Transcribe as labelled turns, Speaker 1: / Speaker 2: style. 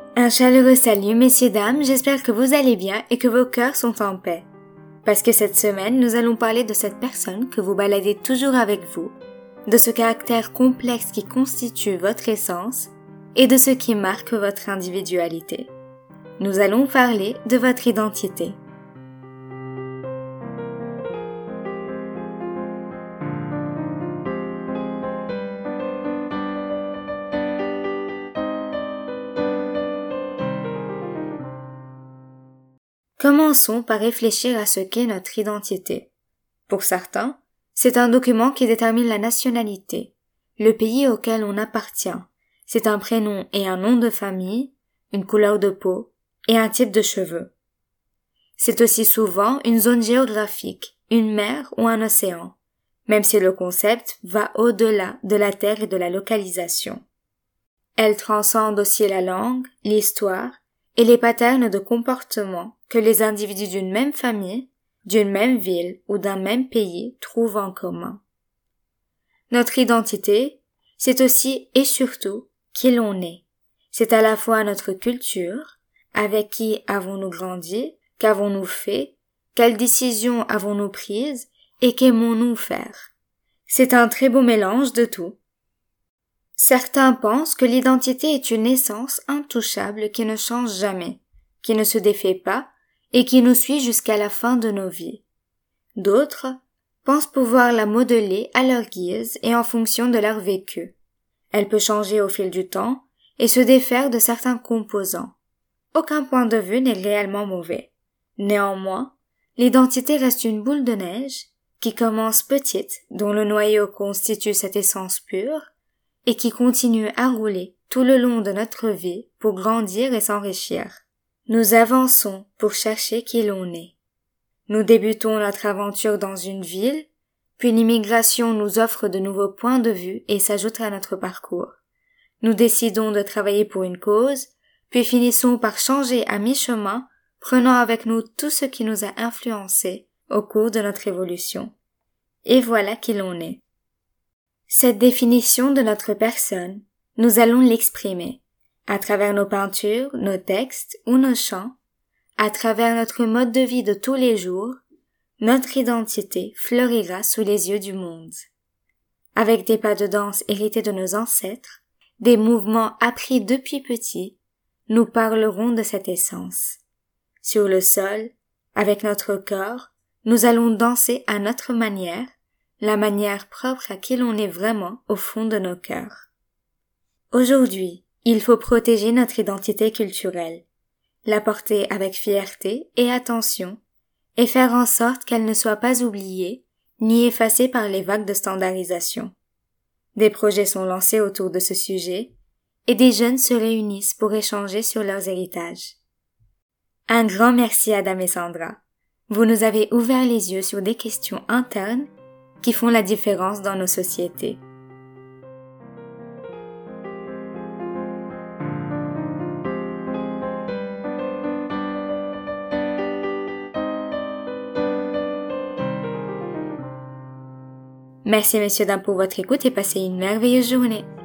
Speaker 1: Un chaleureux salut, messieurs, dames, j'espère que vous allez bien et que vos cœurs sont en paix. Parce que cette semaine, nous allons parler de cette personne que vous baladez toujours avec vous, de ce caractère complexe qui constitue votre essence et de ce qui marque votre individualité. Nous allons parler de votre identité. Commençons par réfléchir à ce qu'est notre identité. Pour certains, c'est un document qui détermine la nationalité, le pays auquel on appartient. C'est un prénom et un nom de famille, une couleur de peau et un type de cheveux. C'est aussi souvent une zone géographique, une mer ou un océan, même si le concept va au-delà de la terre et de la localisation. Elle transcende aussi la langue, l'histoire et les patterns de comportement que les individus d'une même famille, d'une même ville ou d'un même pays trouvent en commun. Notre identité, c'est aussi et surtout qui l'on est. C'est à la fois notre culture, avec qui avons-nous grandi, qu'avons-nous fait, quelles décisions avons-nous prises et qu'aimons-nous faire. C'est un très beau mélange de tout. Certains pensent que l'identité est une essence intouchable qui ne change jamais, qui ne se défait pas et qui nous suit jusqu'à la fin de nos vies. D'autres pensent pouvoir la modeler à leur guise et en fonction de leur vécu. Elle peut changer au fil du temps et se défaire de certains composants. Aucun point de vue n'est réellement mauvais. Néanmoins, l'identité reste une boule de neige qui commence petite, dont le noyau constitue cette essence pure, et qui continue à rouler tout le long de notre vie pour grandir et s'enrichir. Nous avançons pour chercher qui l'on est. Nous débutons notre aventure dans une ville, puis l'immigration nous offre de nouveaux points de vue et s'ajoute à notre parcours. Nous décidons de travailler pour une cause, puis finissons par changer à mi-chemin, prenant avec nous tout ce qui nous a influencés au cours de notre évolution. Et voilà qui l'on est. Cette définition de notre personne, nous allons l'exprimer à travers nos peintures, nos textes ou nos chants, à travers notre mode de vie de tous les jours, notre identité fleurira sous les yeux du monde. Avec des pas de danse hérités de nos ancêtres, des mouvements appris depuis petit, nous parlerons de cette essence. Sur le sol, avec notre corps, nous allons danser à notre manière, la manière propre à qui l'on est vraiment au fond de nos cœurs. Aujourd'hui, il faut protéger notre identité culturelle, la porter avec fierté et attention, et faire en sorte qu'elle ne soit pas oubliée, ni effacée par les vagues de standardisation. Des projets sont lancés autour de ce sujet, et des jeunes se réunissent pour échanger sur leurs héritages. Un grand merci Adam et Sandra. Vous nous avez ouvert les yeux sur des questions internes qui font la différence dans nos sociétés. Merci messieurs dames pour votre écoute et passez une merveilleuse journée.